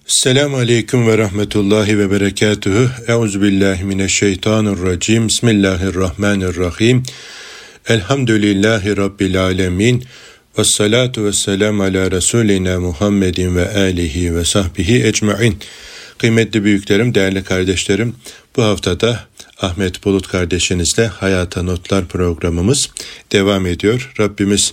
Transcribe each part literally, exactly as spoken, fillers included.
Selamun Aleyküm ve Rahmetullahi ve Berekatuhu. Euzubillahimineşşeytanirracim. Bismillahirrahmanirrahim. Elhamdülillahi Rabbil alemin. Vessalatu vesselamu ala Resulina Muhammedin ve alihi ve sahbihi ecmain. Kıymetli büyüklerim, değerli kardeşlerim, bu haftada Ahmet Bulut kardeşinizle Hayata Notlar programımız devam ediyor. Rabbimiz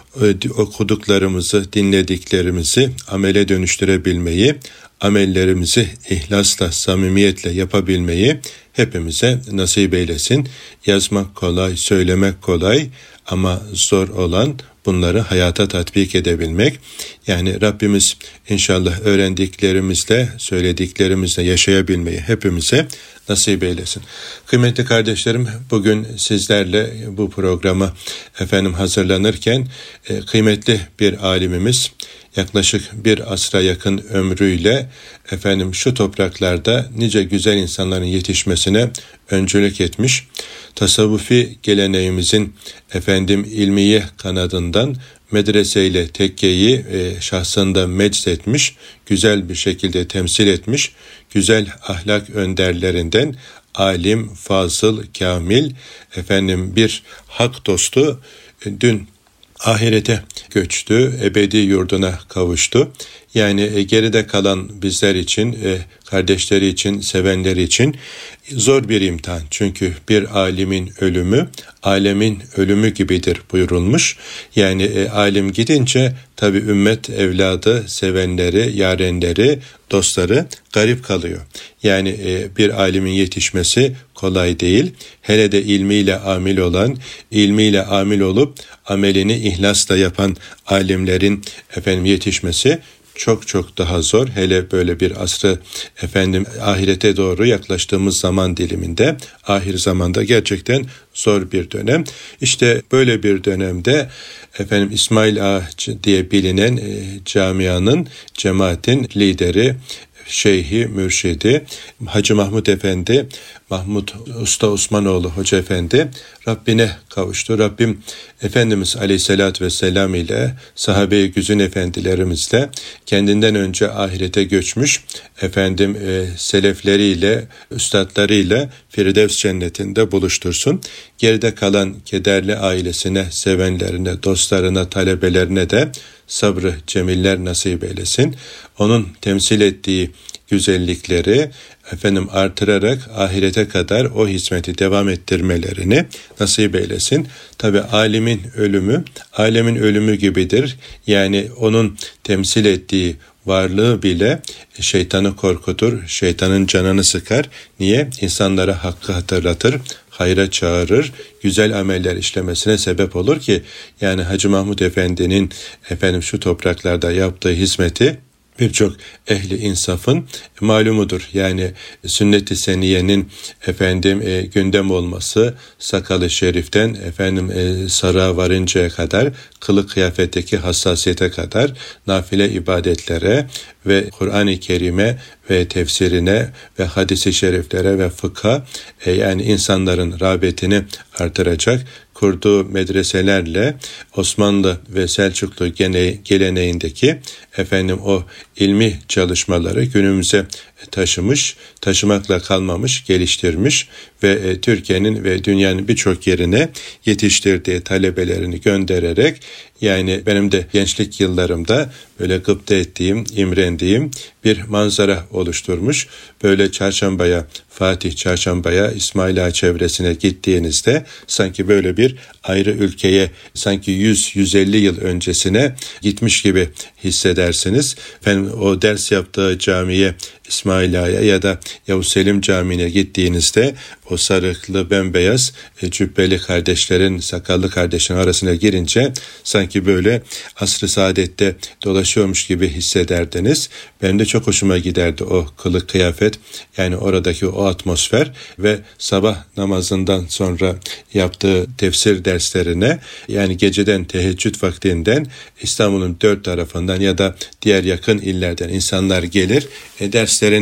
okuduklarımızı, dinlediklerimizi amele dönüştürebilmeyi, amellerimizi ihlasla, samimiyetle yapabilmeyi hepimize nasip eylesin. Yazmak kolay, söylemek kolay ama zor olan bunları hayata tatbik edebilmek. Yani Rabbimiz inşallah öğrendiklerimizle, söylediklerimizle yaşayabilmeyi hepimize nasip eylesin. Kıymetli kardeşlerim, bugün sizlerle bu programa efendim hazırlanırken e, kıymetli bir alimimiz, yaklaşık bir asra yakın ömrüyle efendim şu topraklarda nice güzel insanların yetişmesine öncülük etmiş. Tasavvufi geleneğimizin efendim ilmiye kanadından medreseyle tekkeyi e, şahsında meczetmiş, güzel bir şekilde temsil etmiş, güzel ahlak önderlerinden alim, fazıl, kamil, efendim bir hak dostu e, dün ahirete göçtü, ebedi yurduna kavuştu. Yani e, geride kalan bizler için, e, kardeşleri için, sevenleri için zor bir imtihan. Çünkü bir alimin ölümü, alemin ölümü gibidir buyurulmuş. Yani e, alim gidince tabi ümmet evladı, sevenleri, yarenleri, dostları garip kalıyor. Yani e, bir alimin yetişmesi kolay değil. Hele de ilmiyle amil olan, ilmiyle amil olup amelini ihlasla yapan alimlerin efendim yetişmesi çok çok daha zor. Hele böyle bir asrı efendim ahirete doğru yaklaştığımız zaman diliminde, ahir zamanda gerçekten zor bir dönem. İşte böyle bir dönemde efendim İsmail Ağa diye bilinen e, camianın, cemaatin lideri, şeyhi, mürşidi Hacı Mahmud Efendi, Mahmud Usta Osmanoğlu Hoca Efendi Rabbine kavuştu. Rabbim Efendimiz Aleyhisselatü Vesselam ile sahabe-i güzün efendilerimizle kendinden önce ahirete göçmüş efendim e, selefleriyle, üstadlarıyla Firdevs cennetinde buluştursun. Geride kalan kederli ailesine, sevenlerine, dostlarına, talebelerine de sabrı cemiller nasip eylesin. Onun temsil ettiği güzellikleri efendim artırarak ahirete kadar o hizmeti devam ettirmelerini nasip eylesin. Tabi alimin ölümü, alemin ölümü gibidir. Yani onun temsil ettiği varlığı bile şeytanı korkutur, şeytanın canını sıkar. Niye? İnsanlara hakkı hatırlatır, hayra çağırır, güzel ameller işlemesine sebep olur ki yani Hacı Mahmud Efendi'nin efendim şu topraklarda yaptığı hizmeti birçok ehli insafın malumudur. Yani sünnet-i seniyenin efendim e, gündem olması, sakalı şeriften efendim e, sarığa varıncaya kadar, kılık kıyafetteki hassasiyete kadar, nafile ibadetlere ve Kur'an-ı Kerim'e ve tefsirine ve hadis-i şeriflere ve fıkha e, yani insanların rağbetini artıracak kurduğu medreselerle Osmanlı ve Selçuklu gene, geleneğindeki efendim o ilmi çalışmaları günümüze taşımış, taşımakla kalmamış, geliştirmiş ve e, Türkiye'nin ve dünyanın birçok yerine yetiştirdiği talebelerini göndererek yani benim de gençlik yıllarımda böyle gıpta ettiğim, imrendiğim bir manzara oluşturmuş. Böyle Çarşamba'ya, Fatih Çarşamba'ya, İsmail Ağa çevresine gittiğinizde sanki böyle bir ayrı ülkeye, sanki yüz yüz elli yıl öncesine gitmiş gibi hissedersiniz. Efendim, o ders yaptığı camiye, İsmail Ağa'ya ya da Yavuz Selim Camii'ne gittiğinizde o sarıklı bembeyaz e, cübbeli kardeşlerin, sakallı kardeşlerin arasına girince sanki böyle asr-ı saadette dolaşıyormuş gibi hissederdiniz. Benim de çok hoşuma giderdi o kılık kıyafet, yani oradaki o atmosfer ve sabah namazından sonra yaptığı tefsir derslerine, yani geceden teheccüd vaktinden İstanbul'un dört tarafından ya da diğer yakın illerden insanlar gelir, e, derslerini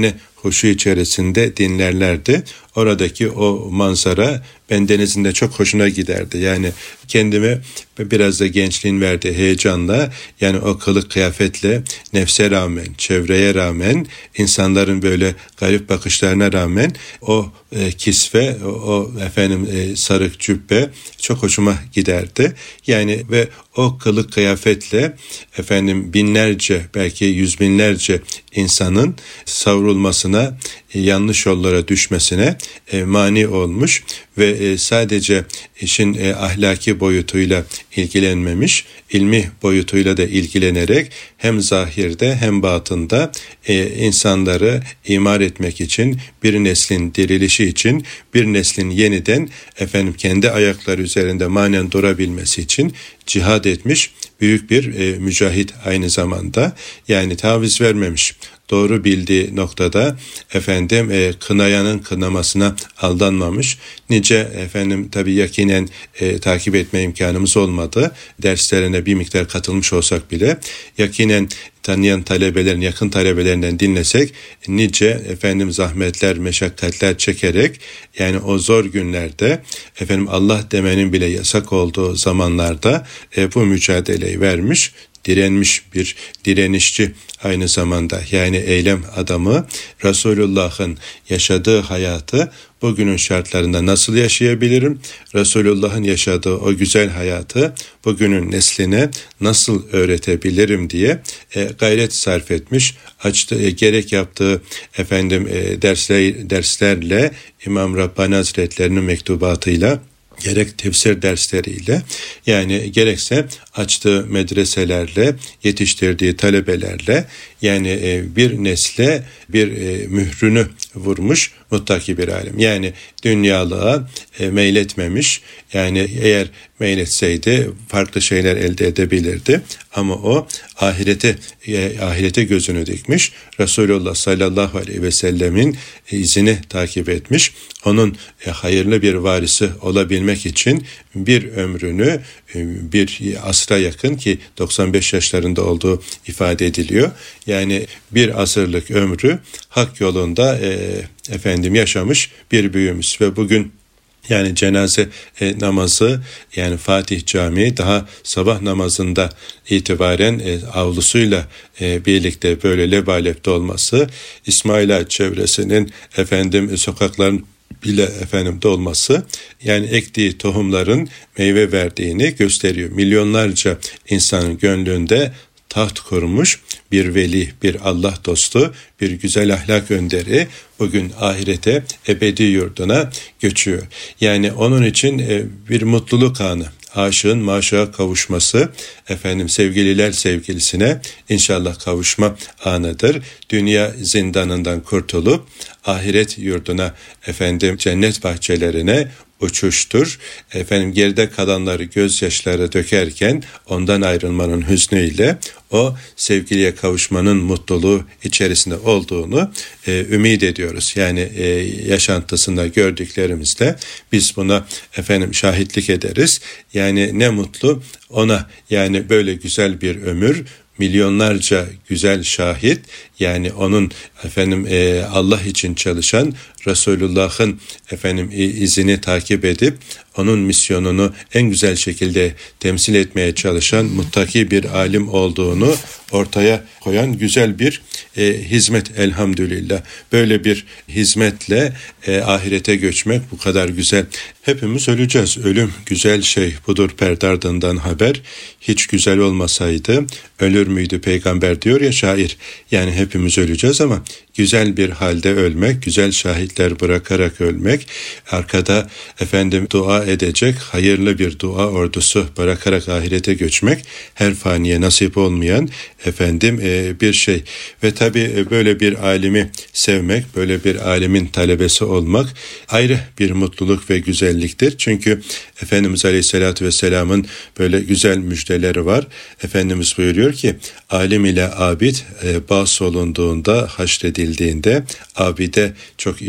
huşu içerisinde dinlerlerdi. Oradaki o manzara bendenizin de çok hoşuna giderdi. Yani kendimi biraz da gençliğin verdiği heyecanla, yani o kılık kıyafetle, nefse rağmen, çevreye rağmen, insanların böyle garip bakışlarına rağmen o e, kisve, o, o efendim e, sarık cübbe çok hoşuma giderdi. Yani ve o kılık kıyafetle efendim binlerce, belki yüz binlerce insanın savrulmasına, e, yanlış yollara düşmesine e, mani olmuş ve e, sadece işin e, ahlaki boyutuyla ilgilenmemiş, ilmi boyutuyla da ilgilenerek hem zahirde hem batında e, insanları imar etmek için, bir neslin dirilişi için, bir neslin yeniden efendim kendi ayakları üzerinde manen durabilmesi için cihad etmiş büyük bir e, mücahit aynı zamanda. Yani taviz vermemiş. Doğru bildiği noktada efendim e, kınayanın kınamasına aldanmamış. Nice efendim tabii yakinen e, takip etme imkanımız olmadı. Derslerine bir miktar katılmış olsak bile yakinen tanıyan talebelerin, yakın talebelerinden dinlesek nice efendim zahmetler, meşakkatler çekerek, yani o zor günlerde efendim Allah demenin bile yasak olduğu zamanlarda e, bu mücadeleyi vermiş, direnmiş bir direnişçi aynı zamanda, yani eylem adamı. Resulullah'ın yaşadığı hayatı bugünün şartlarında nasıl yaşayabilirim? Resulullah'ın yaşadığı o güzel hayatı bugünün nesline nasıl öğretebilirim diye e, gayret sarf etmiş. Açtı, e, gerek yaptığı efendim e, dersler, derslerle, İmam Rabbani Hazretlerinin mektubatıyla, gerek tefsir dersleriyle, yani gerekse açtığı medreselerle, yetiştirdiği talebelerle, yani e, bir nesle bir e, mührünü vurmuş muttaki bir alim. Yani dünyalığa e, meyletmemiş. Yani eğer meyletseydi farklı şeyler elde edebilirdi. Ama o ahirete e, ahirete gözünü dikmiş. Resulullah sallallahu aleyhi ve sellemin izini takip etmiş. Onun e, hayırlı bir varisi olabilmek için bir ömrünü, e, bir asra yakın, ki doksan beş yaşlarında olduğu ifade ediliyor. Yani bir asırlık ömrü hak yolunda e, efendim yaşamış bir büyüğümüz ve bugün yani cenaze e, namazı, yani Fatih Camii daha sabah namazında itibaren e, avlusuyla e, birlikte böyle lebalep olması, İsmaila çevresinin efendim sokakların bile efendim dolması, yani ektiği tohumların meyve verdiğini gösteriyor. Milyonlarca insanın gönlünde taht kurmuş bir veli, bir Allah dostu, bir güzel ahlak önderi bugün ahirete, ebedi yurduna göçüyor. Yani onun için bir mutluluk anı. Aşığın maşuğa kavuşması, efendim sevgililer sevgilisine inşallah kavuşma anıdır. Dünya zindanından kurtulup ahiret yurduna, efendim cennet bahçelerine uçuştur. Efendim geride kalanları gözyaşları dökerken ondan ayrılmanın hüznüyle o sevgiliye kavuşmanın mutluluğu içerisinde olduğunu e, ümit ediyoruz. Yani e, yaşantısında gördüklerimizde biz buna efendim şahitlik ederiz. Yani ne mutlu ona, yani böyle güzel bir ömür, milyonlarca güzel şahit, yani onun efendim e, Allah için çalışan, Resulullah'ın efendim izini takip edip onun misyonunu en güzel şekilde temsil etmeye çalışan muttaki bir alim olduğunu ortaya koyan güzel bir e, hizmet elhamdülillah. Böyle bir hizmetle e, ahirete göçmek bu kadar güzel. Hepimiz öleceğiz. Ölüm güzel şey. Budur perde ardından haber. Hiç güzel olmasaydı ölür müydü peygamber diyor ya şair. Yani hepimiz öleceğiz ama güzel bir halde ölmek, güzel şahitler bırakarak ölmek, arkada efendim dua edecek hayırlı bir dua ordusu bırakarak ahirete göçmek her faniye nasip olmayan efendim e, bir şey. Ve tabii böyle bir alimi sevmek, böyle bir alimin talebesi olmak ayrı bir mutluluk ve güzelliktir. Çünkü Efendimiz Aleyhisselatü Vesselam'ın böyle güzel müjdeleri var. Efendimiz buyuruyor ki alim ile abid e, bağ solunduğunda, haşredildiğinde, abide çok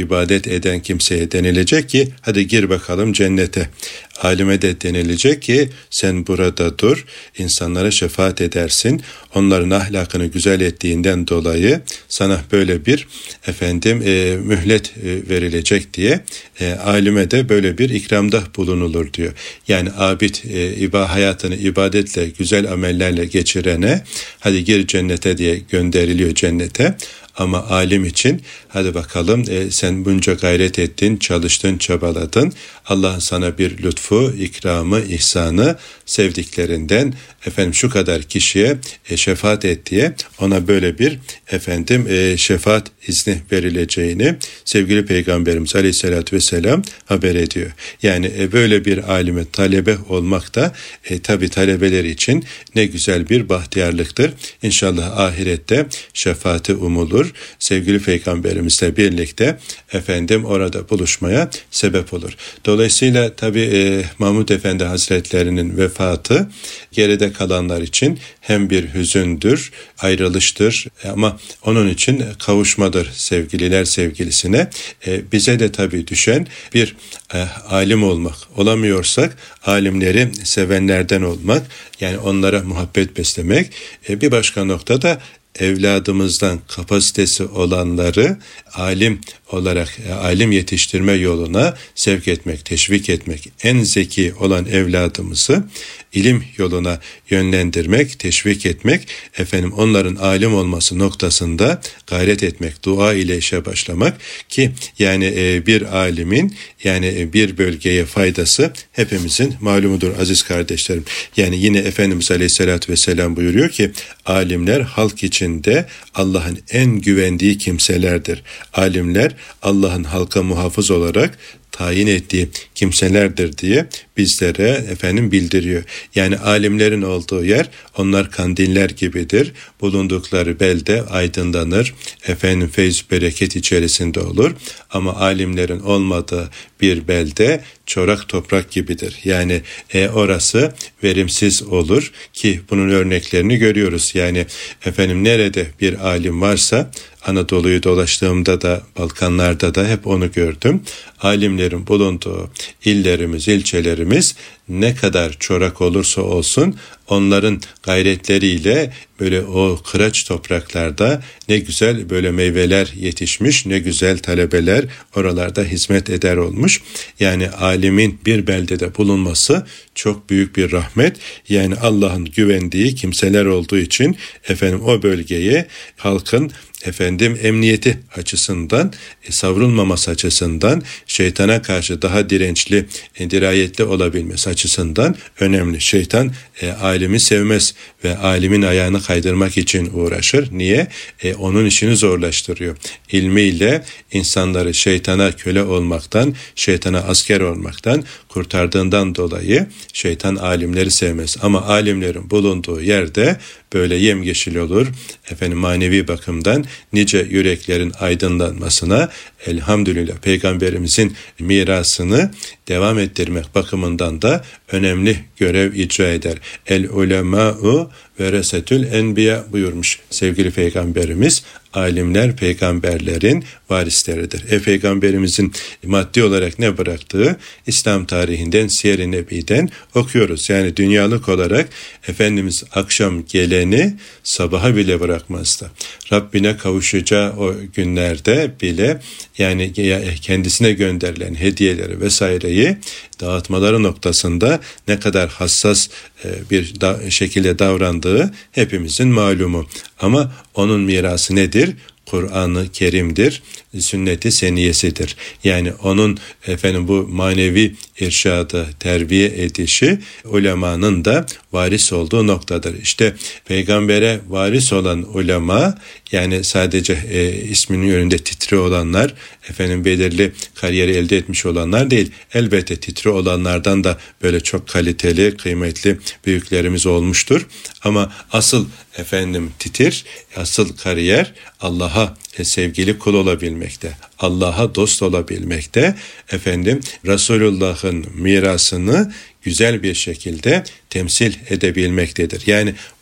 ibadet eden kimseye denilecek ki hadi gir bakalım cennete. Alime de denilecek ki sen burada dur, insanlara şefaat edersin. Onların ahlakını güzel ettiğinden dolayı sana böyle bir efendim e, mühlet e, verilecek diye e, alime de böyle bir ikramda bulunulur diyor. Yani abid e, iba, hayatını ibadetle, güzel amellerle geçirene hadi gir cennete diye gönderiliyor cennete. Ama alim için hadi bakalım e, sen bunca gayret ettin, çalıştın, çabaladın. Allah'ın sana bir lütfu, ikramı, ihsanı sevdiklerinden efendim şu kadar kişiye e, şefaat et diye ona böyle bir efendim e, şefaat izni verileceğini sevgili Peygamberimiz Aleyhisselatü Vesselam haber ediyor. Yani e, böyle bir alime talebe olmak da e, tabi talebeler için ne güzel bir bahtiyarlıktır. İnşallah ahirette şefaati umulur. Sevgili Peygamberimizle birlikte efendim orada buluşmaya sebep olur. Dolayısıyla tabi e, Mahmud Efendi Hazretlerinin vefatı geride kalanlar için hem bir hüzündür, ayrılıştır ama onun için kavuşmadır sevgililer sevgilisine. E, bize de tabi düşen bir e, alim olmak. Olamıyorsak alimleri sevenlerden olmak, yani onlara muhabbet beslemek. E, bir başka noktada evladımızdan kapasitesi olanları alim olarak alim yetiştirme yoluna sevk etmek, teşvik etmek, en zeki olan evladımızı ilim yoluna yönlendirmek, teşvik etmek, efendim onların alim olması noktasında gayret etmek, dua ile işe başlamak ki yani e, bir alimin yani bir bölgeye faydası hepimizin malumudur aziz kardeşlerim. Yani yine Efendimiz Aleyhisselatü Vesselam buyuruyor ki alimler halk içinde Allah'ın en güvendiği kimselerdir. Alimler Allah'ın halka muhafız olarak tayin ettiği kimselerdir diye bizlere efendim bildiriyor. Yani alimlerin olduğu yer onlar kandiller gibidir. Bulundukları belde aydınlanır. Efendim feyz bereket içerisinde olur. Ama alimlerin olmadığı bir belde çorak toprak gibidir. Yani e, orası verimsiz olur ki bunun örneklerini görüyoruz. Yani efendim nerede bir alim varsa Anadolu'yu dolaştığımda da Balkanlarda da hep onu gördüm. Alimlerin bulunduğu illerimiz, ilçelerimiz ne kadar çorak olursa olsun onların gayretleriyle böyle o kıraç topraklarda ne güzel böyle meyveler yetişmiş, ne güzel talebeler oralarda hizmet eder olmuş. Yani alimin bir beldede bulunması çok büyük bir rahmet. Yani Allah'ın güvendiği kimseler olduğu için efendim o bölgeye halkın efendim emniyeti açısından, e, savrulmaması açısından, şeytana karşı daha dirençli, e, dirayetli olabilmesi açısından önemli. Şeytan e, alimi sevmez ve alimin ayağını kaydırmak için uğraşır. Niye? E, onun işini zorlaştırıyor. İlmiyle insanları şeytana köle olmaktan, şeytana asker olmaktan kurtardığından dolayı şeytan alimleri sevmez. Ama alimlerin bulunduğu yerde böyle yemyeşil olur. Efendim manevi bakımdan nice yüreklerin aydınlanmasına elhamdülillah Peygamberimizin mirasını devam ettirmek bakımından da önemli görev icra eder. El ulemâ'u veresetül enbiya buyurmuş sevgili Peygamberimiz. Alimler peygamberlerin varisleridir. E Peygamberimizin maddi olarak ne bıraktığı İslam tarihinden, Siyer-i Nebi'den okuyoruz. Yani dünyalık olarak Efendimiz akşam geleni sabaha bile bırakmazdı. Rabbine kavuşacağı o günlerde bile yani kendisine gönderilen hediyeleri vesaireyi dağıtmaları noktasında ne kadar hassas bir şekilde davrandığı hepimizin malumu. Ama onun mirası nedir? Kur'an-ı Kerim'dir, sünnet-i seniyesidir. Yani onun efendim bu manevi irşadı, terbiye edişi ulemanın da varis olduğu noktadır. İşte peygambere varis olan ulema yani sadece e, isminin önünde titri olanlar, efendim belirli kariyeri elde etmiş olanlar değil. Elbette titri olanlardan da böyle çok kaliteli, kıymetli büyüklerimiz olmuştur. Ama asıl efendim titir, asıl kariyer Allah'a sevgili kul olabilmekte, Allah'a dost olabilmekte, efendim Resulullah'ın mirasını güzel bir şekilde temsil edebilmektedir. Yani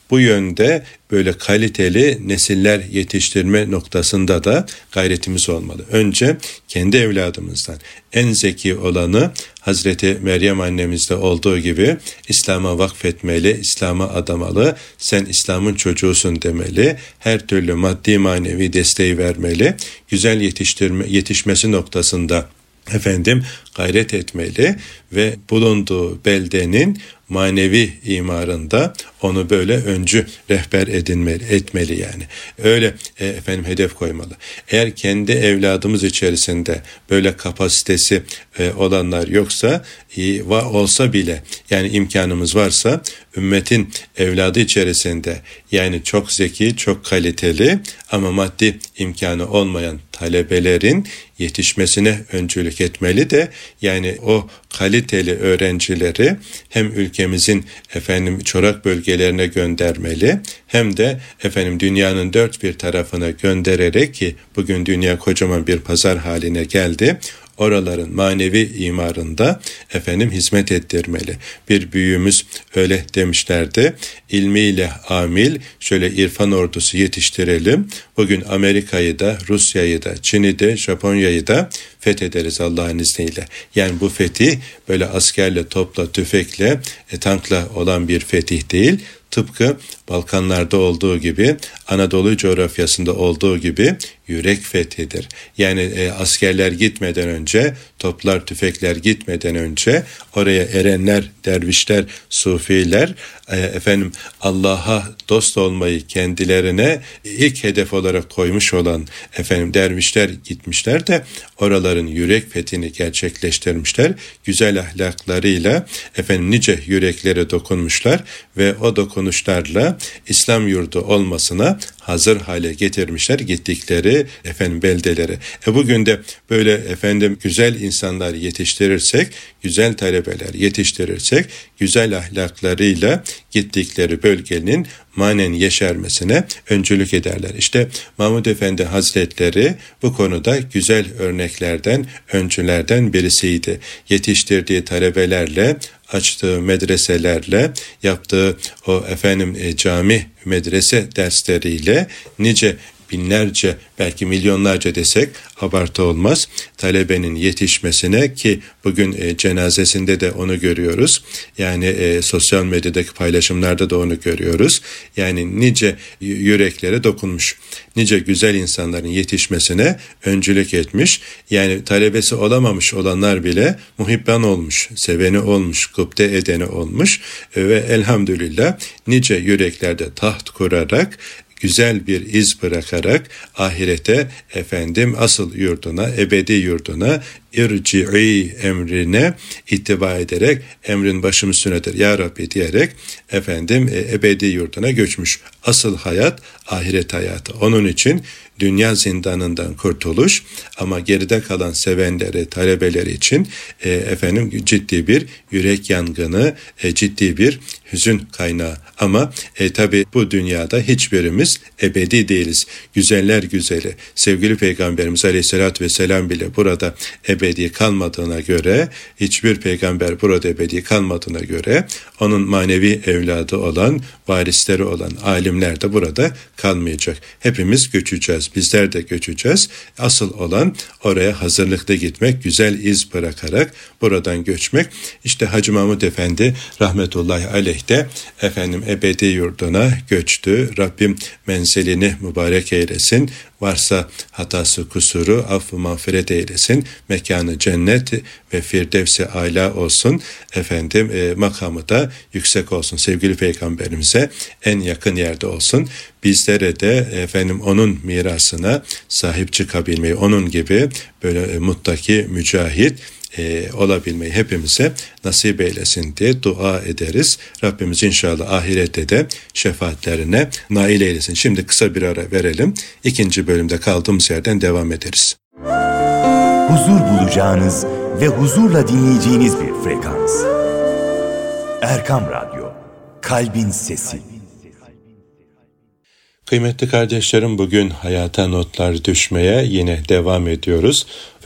Bu yönde böyle kaliteli nesiller yetiştirme noktasında da gayretimiz olmalı. Önce kendi evladımızdan en zeki olanı Hazreti Meryem annemizde olduğu gibi İslam'a vakfetmeli, İslam'a adamalı, sen İslam'ın çocuğusun demeli, her türlü maddi manevi desteği vermeli, güzel yetiştirme, yetişmesi noktasında efendim gayret etmeli ve bulunduğu beldenin manevi imarında onu böyle öncü rehber edinmeli, etmeli yani. Öyle e, efendim hedef koymalı. Eğer kendi evladımız içerisinde böyle kapasitesi e, olanlar yoksa, e, va, olsa bile yani imkanımız varsa ümmetin evladı içerisinde yani çok zeki, çok kaliteli ama maddi imkanı olmayan talebelerin yetişmesine öncülük etmeli de yani o kaliteli öğrencileri hem ülkemizin efendim çorak bölgelerine göndermeli hem de efendim dünyanın dört bir tarafına göndererek ki bugün dünya kocaman bir pazar haline geldi. Oraların manevi imarında efendim hizmet ettirmeli. Bir büyüğümüz öyle demişlerdi. İlmiyle amil şöyle irfan ordusu yetiştirelim. Bugün Amerika'yı da, Rusya'yı da, Çin'i de, Japonya'yı da fethederiz Allah'ın izniyle. Yani bu fetih böyle askerle, topla, tüfekle, e, tankla olan bir fetih değil. Tıpkı Balkanlarda olduğu gibi, Anadolu coğrafyasında olduğu gibi yürek fethidir. Yani e, askerler gitmeden önce, toplar, tüfekler gitmeden önce oraya erenler, dervişler, sufiler e, efendim Allah'a dost olmayı kendilerine ilk hedef olarak koymuş olan efendim dervişler gitmişler de oraların yürek fethini gerçekleştirmişler. Güzel ahlaklarıyla efendim nice yüreklere dokunmuşlar ve o dokunuşlarla İslam yurdu olmasına hazır hale getirmişler gittikleri efendim beldeleri. E bugün de böyle efendim güzel insanlar yetiştirirsek, güzel talebeler yetiştirirsek, güzel ahlaklarıyla gittikleri bölgenin manen yeşermesine öncülük ederler. İşte Mahmud Efendi Hazretleri bu konuda güzel örneklerden, öncülerden birisiydi. Yetiştirdiği talebelerle, açtığı medreselerle, yaptığı o efendim e, cami medrese dersleriyle nice binlerce belki milyonlarca desek abartı olmaz talebenin yetişmesine ki bugün e, cenazesinde de onu görüyoruz. Yani e, sosyal medyadaki paylaşımlarda da onu görüyoruz. Yani nice yüreklere dokunmuş. Nice güzel insanların yetişmesine öncülük etmiş. Yani talebesi olamamış olanlar bile muhibban olmuş, seveni olmuş, gıpte edeni olmuş e, ve elhamdülillah nice yüreklerde taht kurarak güzel bir iz bırakarak ahirete efendim asıl yurduna, ebedi yurduna irci'i emrine ittiba ederek emrin başım üstünedir ya Rabbi diyerek efendim e, ebedi yurduna göçmüş. Asıl hayat ahiret hayatı. Onun için dünya zindanından kurtuluş ama geride kalan sevenleri, talebeleri için e, efendim ciddi bir yürek yangını, e, ciddi bir hüzün kaynağı. Ama e, tabi bu dünyada hiçbirimiz ebedi değiliz. Güzeller güzeli, sevgili Peygamberimiz Aleyhisselatü Vesselam bile burada ebedi kalmadığına göre, hiçbir peygamber burada ebedi kalmadığına göre, onun manevi evladı olan, varisleri olan alimler de burada kalmayacak. Hepimiz göçeceğiz. Bizler de göçeceğiz. Asıl olan oraya hazırlıklı gitmek, güzel iz bırakarak buradan göçmek. İşte Hacı Mahmud Efendi rahmetullahi aleyh de efendim ebedi yurduna göçtü. Rabbim menzilini mübarek eylesin. Varsa hatası kusuru affı mağfiret eylesin. Mekanı cennet ve firdevs-i âlâ olsun. Efendim e, makamı da yüksek olsun. Sevgili Peygamberimize en yakın yerde olsun. Bizlere de efendim onun mirasına sahip çıkabilmeyi, onun gibi böyle e, muttaki, mücahit e, olabilmeyi hepimize nasip eylesin diye dua ederiz. Rabbimiz inşallah ahirette de şefaatlerine nail eylesin. Şimdi kısa bir ara verelim. İkinci bölümde kaldığımız yerden devam ederiz. Huzur bulacağınız ve huzurla dinleyeceğiniz bir frekans. Erkam Radyo, Kalbin Sesi. Kıymetli kardeşlerim, bugün hayata notlar düşmeye yine devam ediyoruz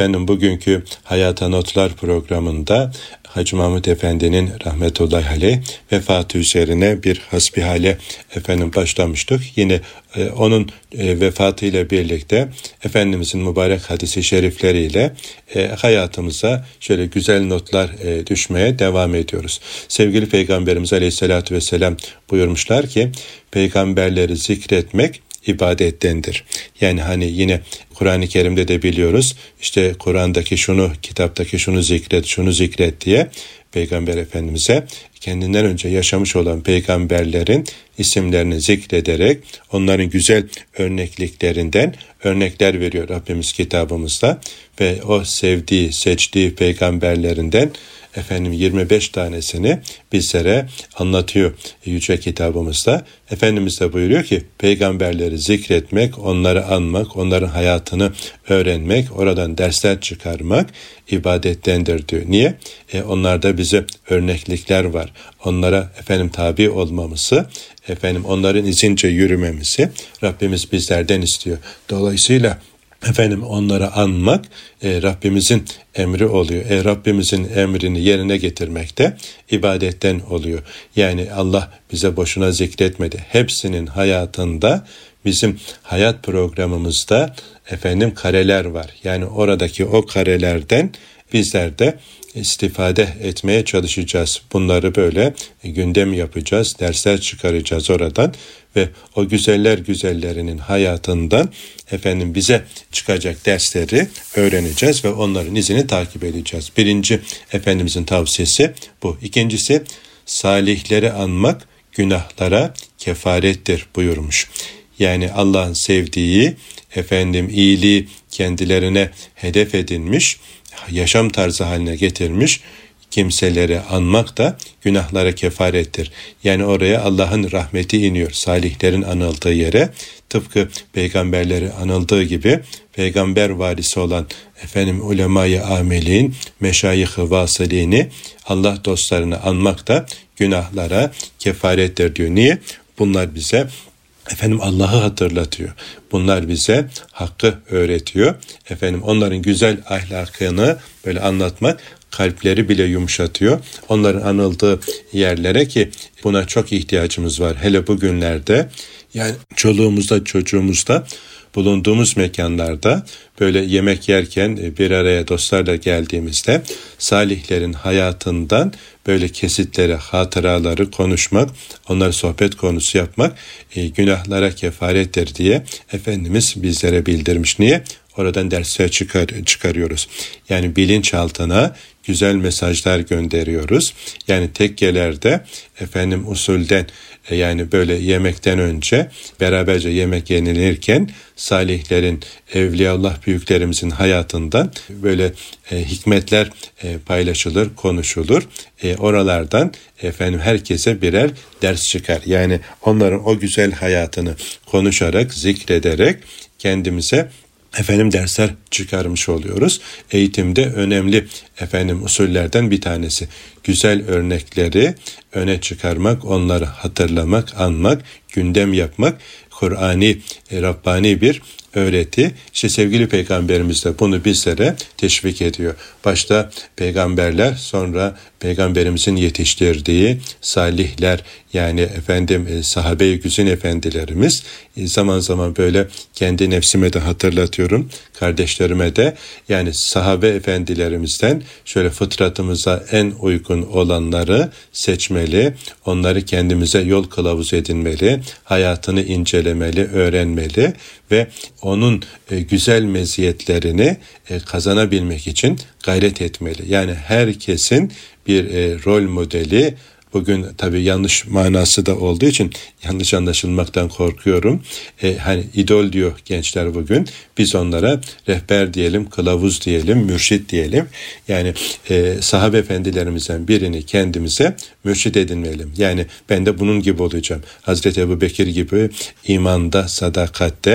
Efendim bugünkü Hayata Notlar programında Hacı Mahmud Efendi'nin rahmetullahi aleyh vefatı üzerine bir hasbihale efendim başlamıştık. Yine e, onun e, vefatıyla birlikte Efendimizin mübarek hadisi şerifleriyle e, hayatımıza şöyle güzel notlar e, düşmeye devam ediyoruz. Sevgili Peygamberimiz Aleyhisselatü Vesselam buyurmuşlar ki peygamberleri zikretmek ibadettendir. Yani hani yine Kur'an-ı Kerim'de de biliyoruz işte Kur'an'daki şunu, kitaptaki şunu zikret, şunu zikret diye Peygamber Efendimiz'e kendinden önce yaşamış olan peygamberlerin isimlerini zikrederek onların güzel örnekliklerinden örnekler veriyor Rabbimiz kitabımızda ve o sevdiği, seçtiği peygamberlerinden efendim yirmi beş tanesini bizlere anlatıyor yüce kitabımızda. Efendimiz de buyuruyor ki peygamberleri zikretmek, onları anmak, onların hayatını öğrenmek, oradan dersler çıkarmak ibadettendir diyor. Niye? E, onlarda bize örneklikler var. Onlara efendim tabi olmamızı, efendim onların izince yürümemizi Rabbimiz bizlerden istiyor. Dolayısıyla efendim onları anmak e, Rabbimizin emri oluyor. E, Rabbimizin emrini yerine getirmek de ibadetten oluyor. Yani Allah bize boşuna zikretmedi. Hepsinin hayatında bizim hayat programımızda efendim kareler var. Yani oradaki o karelerden bizler de istifade etmeye çalışacağız. Bunları böyle gündem yapacağız, dersler çıkaracağız oradan ve o güzeller güzellerinin hayatından efendim bize çıkacak dersleri öğreneceğiz ve onların izini takip edeceğiz. Birinci Efendimizin tavsiyesi bu. İkincisi salihleri anmak günahlara kefarettir buyurmuş. Yani Allah'ın sevdiği efendim iyiliği kendilerine hedef edinmiş, yaşam tarzı haline getirmiş kimseleri anmak da günahlara kefarettir. Yani oraya Allah'ın rahmeti iniyor. Salihlerin anıldığı yere tıpkı peygamberleri anıldığı gibi peygamber varisi olan efendim ulema-i amilin, meşayih-i vasılini, Allah dostlarını anmak da günahlara kefarettir diyor. Niye? Bunlar bize efendim Allah'ı hatırlatıyor. Bunlar bize hakkı öğretiyor. Efendim onların güzel ahlakını böyle anlatmak kalpleri bile yumuşatıyor. Onların anıldığı yerlere ki buna çok ihtiyacımız var. Hele bugünlerde yani çoluğumuzda çocuğumuzda bulunduğumuz mekanlarda böyle yemek yerken bir araya dostlarla geldiğimizde salihlerin hayatından böyle kesitleri, hatıraları konuşmak, onları sohbet konusu yapmak e, günahlara kefarettir diye Efendimiz bizlere bildirmiş. Niye? Oradan dersler çıkar, çıkarıyoruz. Yani bilinçaltına güzel mesajlar gönderiyoruz. Yani tekkelerde efendim usulden e, yani böyle yemekten önce beraberce yemek yenilirken salihlerin, evliyaullah büyüklerimizin hayatından böyle e, hikmetler e, paylaşılır, konuşulur. E, oralardan efendim herkese birer ders çıkar. Yani onların o güzel hayatını konuşarak, zikrederek kendimize efendim dersler çıkarmış oluyoruz. Eğitimde önemli efendim usullerden bir tanesi. Güzel örnekleri öne çıkarmak, onları hatırlamak, anmak, gündem yapmak, Kur'ani, Rabbani bir öğreti. İşte sevgili Peygamberimiz de bunu bizlere teşvik ediyor. Başta peygamberler, sonra Peygamberimizin yetiştirdiği salihler, yani efendim sahabe-i güzin efendilerimiz, zaman zaman böyle kendi nefsime de hatırlatıyorum, kardeşlerime de, yani sahabe efendilerimizden şöyle fıtratımıza en uygun olanları seçmeli, onları kendimize yol kılavuz edinmeli, hayatını incelemeli, öğrenmeli ve onun e, güzel meziyetlerini e, kazanabilmek için gayret etmeli. Yani herkesin bir e, rol modeli, bugün tabii yanlış manası da olduğu için yanlış anlaşılmaktan korkuyorum. E, hani idol diyor gençler bugün. Biz onlara rehber diyelim, kılavuz diyelim, mürşit diyelim. Yani e, sahabe efendilerimizden birini kendimize mürşit edinmeyelim. Yani ben de bunun gibi olacağım. Hazreti Ebubekir gibi imanda, sadakatte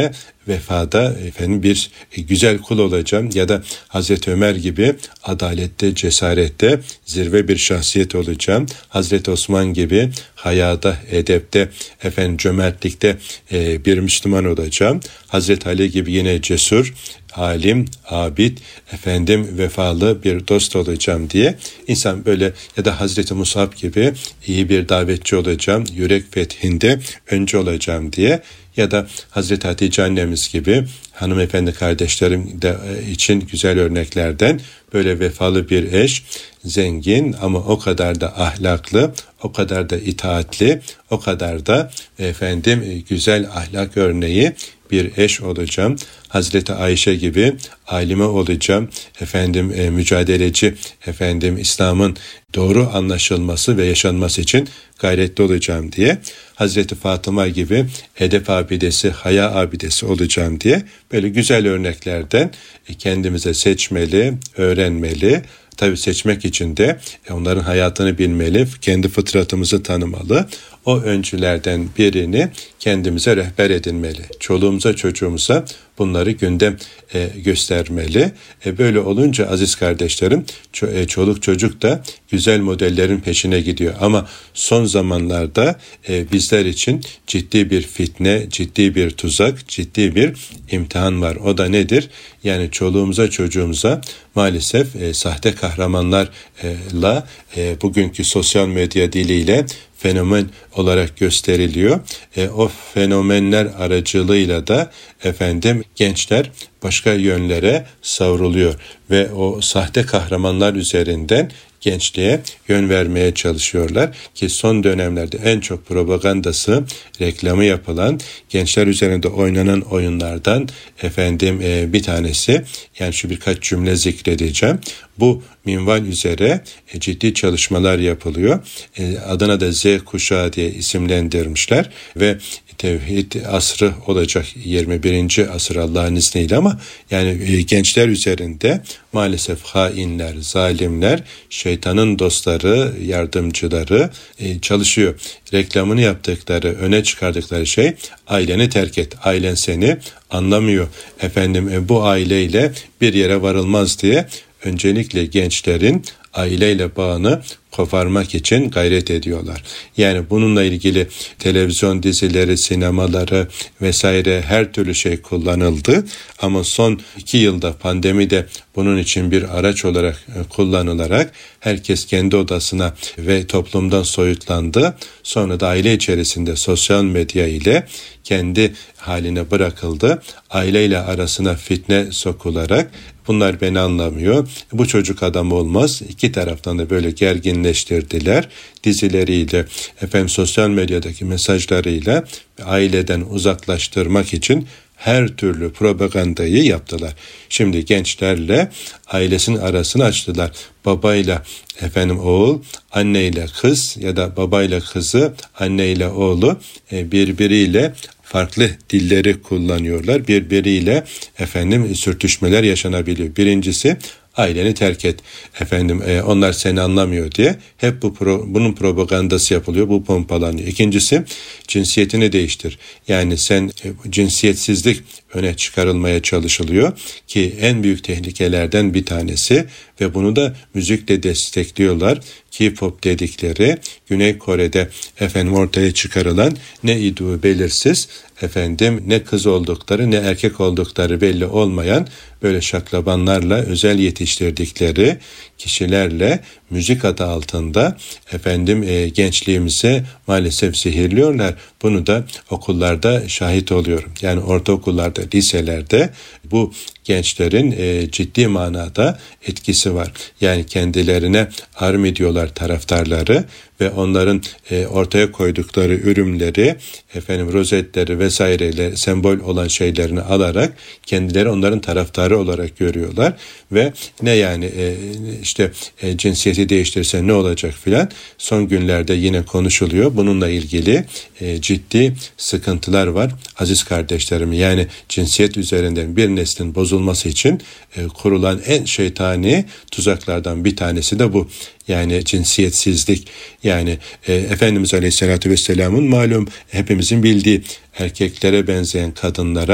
vefada efendim bir güzel kul olacağım ya da Hazreti Ömer gibi adalette, cesarette zirve bir şahsiyet olacağım. Hazreti Osman gibi hayada, edepte, efendim cömertlikte e, bir Müslüman olacağım. Hazreti Ali gibi yine cesur, alim, abid, efendim vefalı bir dost olacağım diye insan böyle, ya da Hazreti Musab gibi iyi bir davetçi olacağım, yürek fethinde önce olacağım diye, ya da Hazreti Hatice annemiz gibi hanımefendi kardeşlerim de için güzel örneklerden böyle vefalı bir eş, zengin ama o kadar da ahlaklı, o kadar da itaatli, o kadar da efendim güzel ahlak örneği bir eş olacağım. Hazreti Ayşe gibi alime olacağım. Efendim e, mücadeleci, efendim İslam'ın doğru anlaşılması ve yaşanması için gayretli olacağım diye. Hazreti Fatıma gibi edep abidesi, haya abidesi olacağım diye böyle güzel örneklerden kendimize seçmeli, öğrenmeli. Tabii seçmek için de onların hayatını bilmeli, kendi fıtratımızı tanımalı. O öncülerden birini kendimize rehber edinmeli. Çoluğumuza, çocuğumuza bunları gündem e, göstermeli. E, böyle olunca aziz kardeşlerim, ço- e, çoluk çocuk da güzel modellerin peşine gidiyor. Ama son zamanlarda e, bizler için ciddi bir fitne, ciddi bir tuzak, ciddi bir imtihan var. O da nedir? Yani çoluğumuza, çocuğumuza maalesef e, sahte kahramanlarla e, bugünkü sosyal medya diliyle fenomen olarak gösteriliyor. E, o fenomenler aracılığıyla da efendim gençler başka yönlere savruluyor ve o sahte kahramanlar üzerinden gençliğe yön vermeye çalışıyorlar ki son dönemlerde en çok propagandası, reklamı yapılan, gençler üzerinde oynanan oyunlardan efendim e, bir tanesi, yani şu birkaç cümle zikredeceğim. Bu minval üzere e, ciddi çalışmalar yapılıyor. E, adına da Z kuşağı diye isimlendirmişler ve tevhid asrı olacak, yirmi birinci asır Allah'ın izniyle, ama yani e, gençler üzerinde maalesef hainler, zalimler, şeytanın dostları, yardımcıları e, çalışıyor. Reklamını yaptıkları, öne çıkardıkları şey aileni terk et. Ailen seni anlamıyor. Efendim e, bu aileyle bir yere varılmaz diye öncelikle gençlerin aileyle bağını koparmak için gayret ediyorlar. Yani bununla ilgili televizyon dizileri, sinemaları vesaire her türlü şey kullanıldı. Ama son iki yılda pandemide bunun için bir araç olarak kullanılarak herkes kendi odasına ve toplumdan soyutlandı. Sonra da aile içerisinde sosyal medya ile kendi haline bırakıldı. Aileyle arasına fitne sokularak bunlar beni anlamıyor, bu çocuk adam olmaz, İki taraftan da böyle gerginleştirdiler. Dizileriyle, efendim sosyal medyadaki mesajlarıyla aileden uzaklaştırmak için her türlü propagandayı yaptılar. Şimdi gençlerle ailesinin arasını açtılar. Babayla efendim oğul, anneyle kız ya da babayla kızı, anneyle oğlu birbiriyle farklı dilleri kullanıyorlar. Birbiriyle efendim sürtüşmeler yaşanabiliyor. Birincisi, aileni terk et. Efendim e, onlar seni anlamıyor diye hep bu pro, bunun propagandası yapılıyor, bu pompalanıyor. İkincisi, cinsiyetini değiştir. Yani sen e, cinsiyetsizlik öne çıkarılmaya çalışılıyor ki en büyük tehlikelerden bir tanesi ve bunu da müzikle destekliyorlar. K-pop dedikleri Güney Kore'de efendim ortaya çıkarılan ne idüğü belirsiz, efendim ne kız oldukları ne erkek oldukları belli olmayan böyle şaklabanlarla özel yetiştirdikleri kişilerle müzik adı altında efendim e, gençliğimize maalesef zehirliyorlar. Bunu da okullarda şahit oluyorum. Yani ortaokullarda, liselerde bu gençlerin e, ciddi manada etkisi var. Yani kendilerine army diyorlar taraftarları ve onların e, ortaya koydukları ürünleri, efendim rozetleri vesaireyle sembol olan şeylerini alarak kendileri onların taraftarı olarak görüyorlar ve ne yani e, işte e, cinsiyeti değiştirse ne olacak filan, son günlerde yine konuşuluyor. Bununla ilgili e, ciddi sıkıntılar var aziz kardeşlerim. Yani cinsiyet üzerinden bir neslin bozulması için e, kurulan en şeytani tuzaklardan bir tanesi de bu. Yani cinsiyetsizlik, yani e, Efendimiz Aleyhisselatü Vesselam'ın malum hepimizin bildiği erkeklere benzeyen kadınlara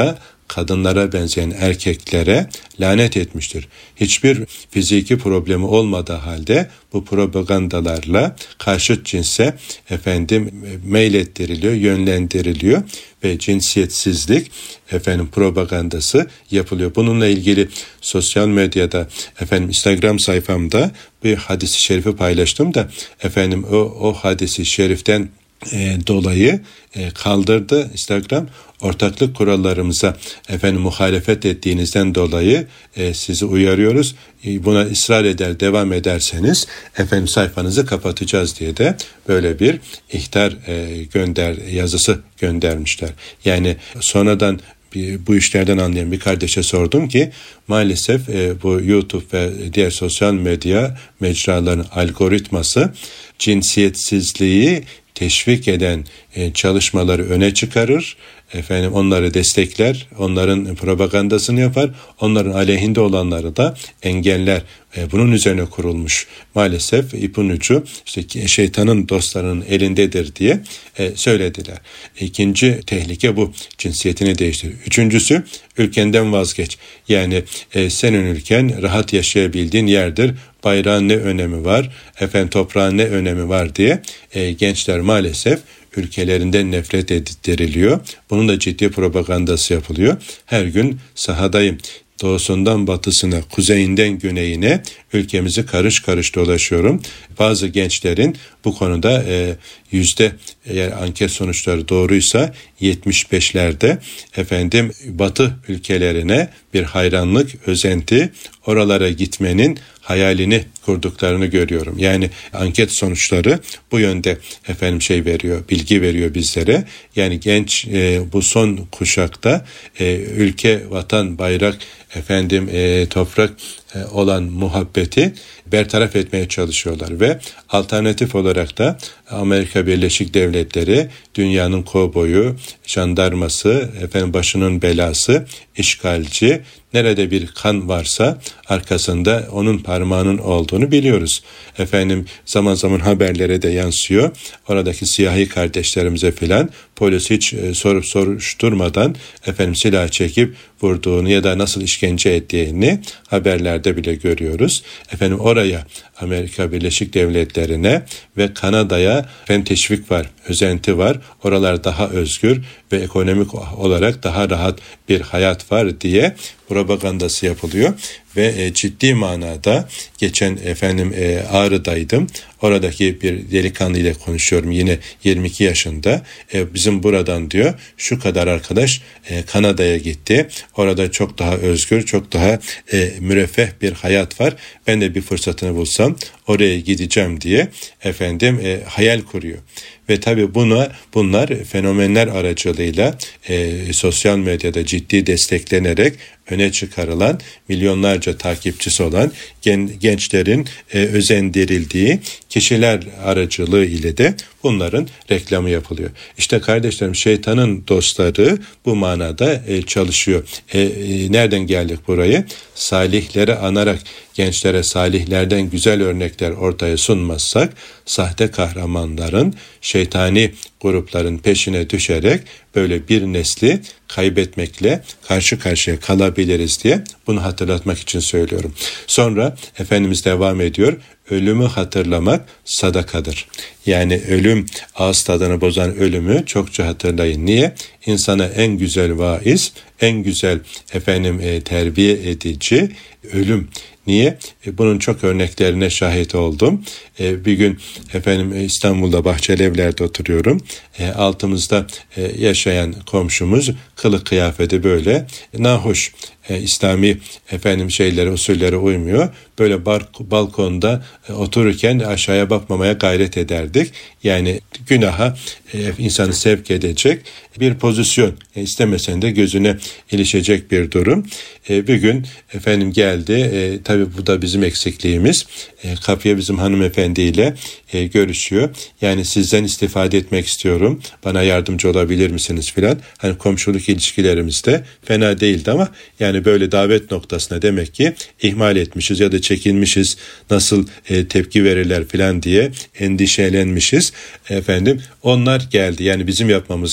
kadınlara benzeyen erkeklere lanet etmiştir. Hiçbir fiziki problemi olmadığı halde bu propagandalarla karşıt cinse efendim meylettiriliyor, yönlendiriliyor ve cinsiyetsizlik efendim propagandası yapılıyor. Bununla ilgili sosyal medyada efendim Instagram sayfamda bir hadis-i şerifi paylaştım da efendim o o hadis-i şeriften e, dolayı e, kaldırdı Instagram. Ortaklık kurallarımıza efendim muhalefet ettiğinizden dolayı e, sizi uyarıyoruz. E, buna ısrar eder, devam ederseniz efendim sayfanızı kapatacağız diye de böyle bir ihtar e, gönder yazısı göndermişler. Yani sonradan bir, bu işlerden anlayan bir kardeşe sordum ki maalesef e, bu YouTube ve diğer sosyal medya mecralarının algoritması cinsiyetsizliği teşvik eden e, çalışmaları öne çıkarır. Efendim onları destekler, onların propagandasını yapar, onların aleyhinde olanları da engeller. E, bunun üzerine kurulmuş maalesef ipin ucu işte şeytanın dostlarının elindedir diye e, söylediler. İkinci tehlike bu, cinsiyetini değiştir. Üçüncüsü ülkenden vazgeç. Yani e, senin ülken rahat yaşayabildiğin yerdir. Bayrağın ne önemi var, efendim toprağın ne önemi var diye e, gençler maalesef ülkelerinden nefret edildiriliyor. Bunun da ciddi propagandası yapılıyor. Her gün sahadayım. Doğusundan batısına, kuzeyinden güneyine ülkemizi karış karış dolaşıyorum. Bazı gençlerin bu konuda e, yüzde eğer anket sonuçları doğruysa yetmiş beşlerde efendim Batı ülkelerine bir hayranlık, özenti, oralara gitmenin hayalini kurduklarını görüyorum. Yani anket sonuçları bu yönde efendim şey veriyor, bilgi veriyor bizlere. Yani genç e, bu son kuşakta e, ülke, vatan, bayrak, efendim e, toprak e, olan muhabbeti bertaraf etmeye çalışıyorlar ve alternatif olarak da Amerika Birleşik Devletleri dünyanın kovboyu, jandarması, efendim başının belası, işgalci, nerede bir kan varsa arkasında onun parmağının olduğunu biliyoruz. Efendim zaman zaman haberlere de yansıyor. Oradaki siyahi kardeşlerimize filan polis hiç e, sorup soruşturmadan efendim silah çekip vurduğunu ya da nasıl işkence ettiğini haberlerde bile görüyoruz. Efendim oraya Amerika Birleşik Devletleri'ne ve Kanada'ya efendim teşvik var, özenti var. Oralar daha özgür ve ekonomik olarak daha rahat bir hayat var diye propagandası yapılıyor ve e, ciddi manada geçen efendim e, Ağrı'daydım. Oradaki bir delikanlı ile konuşuyorum, yine yirmi iki yaşında. E, bizim buradan diyor şu kadar arkadaş e, Kanada'ya gitti. Orada çok daha özgür, çok daha e, müreffeh bir hayat var. Ben de bir fırsatını bulsam oraya gideceğim diye efendim e, hayal kuruyor. Ve tabii buna bunlar fenomenler aracılığıyla e, sosyal medyada ciddi desteklenerek öne çıkarılan, milyonlarca takipçisi olan gen, gençlerin e, özendirildiği kişiler aracılığı ile de bunların reklamı yapılıyor. İşte kardeşlerim, şeytanın dostları bu manada e, çalışıyor. E, e, nereden geldik buraya? Salihleri anarak gençlere salihlerden güzel örnekler ortaya sunmazsak sahte kahramanların, şeytani grupların peşine düşerek böyle bir nesli kaybetmekle karşı karşıya kalabiliriz diye bunu hatırlatmak için söylüyorum. Sonra Efendimiz devam ediyor. Ölümü hatırlamak sadakadır. Yani ölüm, ağız tadını bozan ölümü çokça hatırlayın. Niye? İnsana en güzel vaiz, en güzel efendim e, terbiye edici ölüm. Niye? E, bunun çok örneklerine şahit oldum. E, bir gün efendim İstanbul'da Bahçelievler'de oturuyorum. E, altımızda e, yaşayan komşumuz kılık kıyafeti böyle nahoş, e, İslami efendim şeylere, usullere uymuyor. Böyle bar, balkonda e, otururken aşağıya bakmamaya gayret ederdik. Yani günaha e, insanı sevk edecek bir pozisyon. E, istemesen de gözüne ilişecek bir durum. E, bir gün efendim geldi. E, tabii bu da bizim eksikliğimiz. E, kapıya bizim hanımefendiyle e, görüşüyor. Yani sizden istifade etmek istiyorum. Bana yardımcı olabilir misiniz filan. Hani komşuluk ilişkilerimizde fena değildi ama yani böyle davet noktasına demek ki ihmal etmişiz ya da çekinmişiz. Nasıl e, tepki verirler filan diye endişelenmişiz. Efendim onlar geldi. Yani bizim yapmamız gereken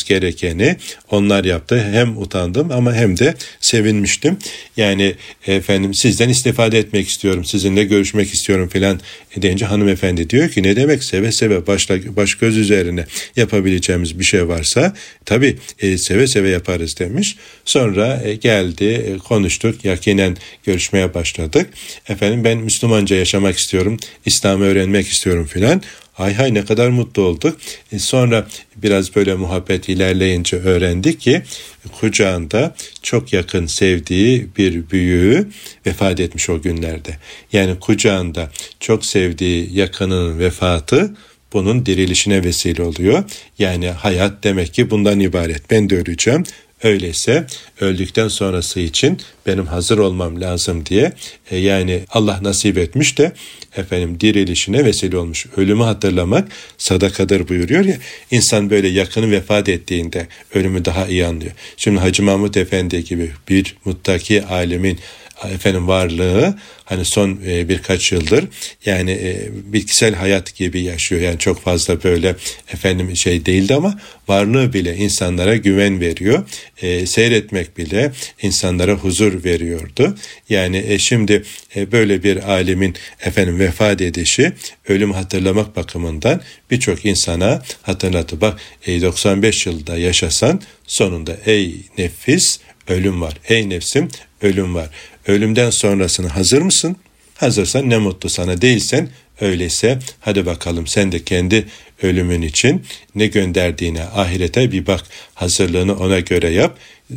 gerekeni onlar yaptı. Hem utandım ama hem de sevinmiştim. Yani efendim sizden istifade etmek istiyorum, sizinle görüşmek istiyorum filan deyince hanımefendi diyor ki ne demek, seve seve başla, baş göz üzerine yapabileceğimiz bir şey varsa tabii e, seve seve yaparız demiş. Sonra e, geldi e, konuştuk, yakinen görüşmeye başladık. Efendim ben Müslümanca yaşamak istiyorum, İslam'ı öğrenmek istiyorum filan. Hay hay ne kadar mutlu olduk. E sonra biraz böyle muhabbet ilerleyince öğrendik ki kucağında çok yakın sevdiği bir büyüğü vefat etmiş o günlerde. Yani kucağında çok sevdiği yakınının vefatı bunun dirilişine vesile oluyor. Yani hayat demek ki bundan ibaret. Ben de öleceğim. Öyleyse öldükten sonrası için benim hazır olmam lazım diye e, yani Allah nasip etmiş de efendim dirilişine vesile olmuş. Ölümü hatırlamak sadakadır buyuruyor ya. İnsan böyle yakını vefat ettiğinde ölümü daha iyi anlıyor. Şimdi Hacı Mahmud Efendi gibi bir muttaki alimin efendim varlığı hani son e, birkaç yıldır yani e, bitkisel hayat gibi yaşıyor. Yani çok fazla böyle efendim şey değildi ama varlığı bile insanlara güven veriyor. E, seyretmek bile insanlara huzur veriyordu. Yani e, şimdi e, böyle bir alimin efendim vefat edişi ölüm hatırlamak bakımından birçok insana hatırlatı. Bak e, doksan beş yılda yaşasan sonunda ey nefis ölüm var. Ey nefsim ölüm var. Ölümden sonrasını hazır mısın? Hazırsan ne mutlu sana, değilsen öyleyse hadi bakalım sen de kendi ölümün için ne gönderdiğine ahirete bir bak, hazırlığını ona göre yap.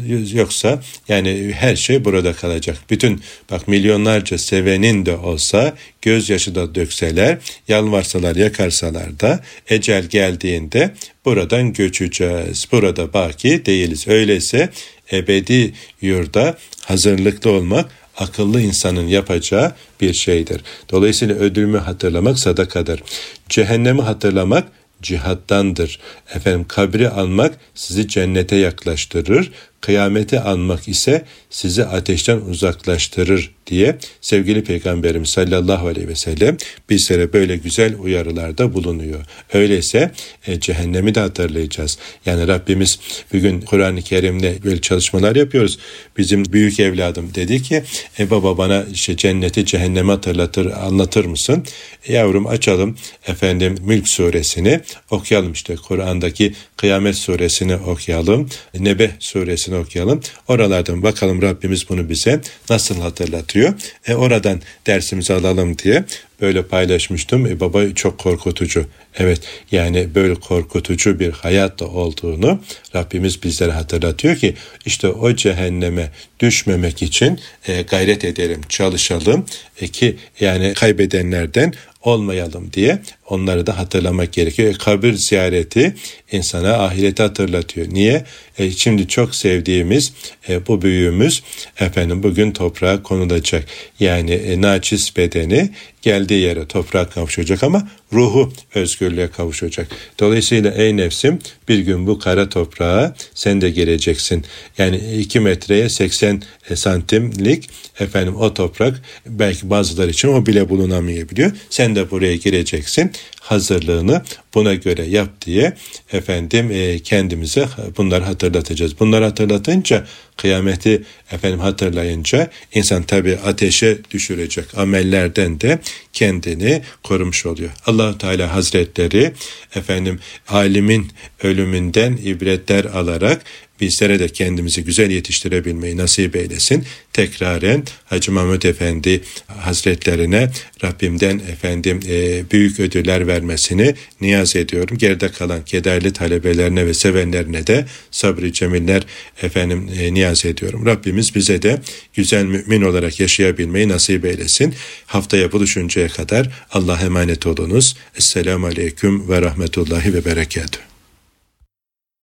Yoksa yani her şey burada kalacak. Bütün bak milyonlarca sevenin de olsa gözyaşı da dökseler, yalvarsalar yakarsalar da ecel geldiğinde buradan göçeceğiz. Burada baki değiliz. Öyleyse ebedi yurda hazırlıklı olmak akıllı insanın yapacağı bir şeydir. Dolayısıyla ölümü hatırlamak sadakadır. Cehennemi hatırlamak cihattandır. Efendim kabri anmak sizi cennete yaklaştırır. Kıyameti anmak ise sizi ateşten uzaklaştırır diye sevgili Peygamberimiz sallallahu aleyhi ve sellem bizlere böyle güzel uyarılarda bulunuyor. Öyleyse e, cehennemi de hatırlayacağız. Yani Rabbimiz bugün Kur'an-ı Kerim'le böyle çalışmalar yapıyoruz. Bizim büyük evladım dedi ki e, baba bana işte cenneti cehennemi hatırlatır, anlatır mısın? E, yavrum açalım efendim Mülk suresini okuyalım, işte Kur'an'daki Kıyamet suresini okuyalım, Nebe suresini okuyalım. Oralardan bakalım Rabbimiz bunu bize nasıl hatırlatıyor. E oradan dersimizi alalım diye böyle paylaşmıştım. E baba çok korkutucu. Evet yani böyle korkutucu bir hayatta olduğunu Rabbimiz bizlere hatırlatıyor ki işte o cehenneme düşmemek için e, gayret edelim, çalışalım e, ki yani kaybedenlerden olmayalım diye onları da hatırlamak gerekiyor. E, kabir ziyareti insana ahireti hatırlatıyor. Niye? E, şimdi çok sevdiğimiz e, bu büyüğümüz efendim bugün toprağa konulacak. Yani e, naçiz bedeni geldiği yere toprağa kavuşacak ama ruhu özgürlüğe kavuşacak. Dolayısıyla ey nefsim bir gün bu kara toprağa sen de gireceksin. Yani iki metreye seksen santimlik efendim o toprak belki bazıları için o bile bulunamayabiliyor. Sen de buraya gireceksin. Hazırlığını buna göre yap diye efendim e, kendimize bunları hatırlatacağız. Bunları hatırlatınca kıyameti efendim hatırlayınca insan tabii ateşe düşürecek amellerden de kendini korumuş oluyor. Allah-u Teala Hazretleri efendim alimin ölümünden ibretler alarak bizlere de kendimizi güzel yetiştirebilmeyi nasip eylesin. Tekraren Hacı Mahmud Efendi Hazretlerine Rabbimden efendim e, büyük ödüller vermesini niyaz ediyorum. Geride kalan kederli talebelerine ve sevenlerine de sabrı cemiller efendim e, niyaz ediyorum. Rabbimiz bize de güzel mümin olarak yaşayabilmeyi nasip eylesin. Haftaya buluşuncaya kadar Allah'a emanet olunuz. Esselamu Aleyküm ve Rahmetullahi ve Berekatuhu.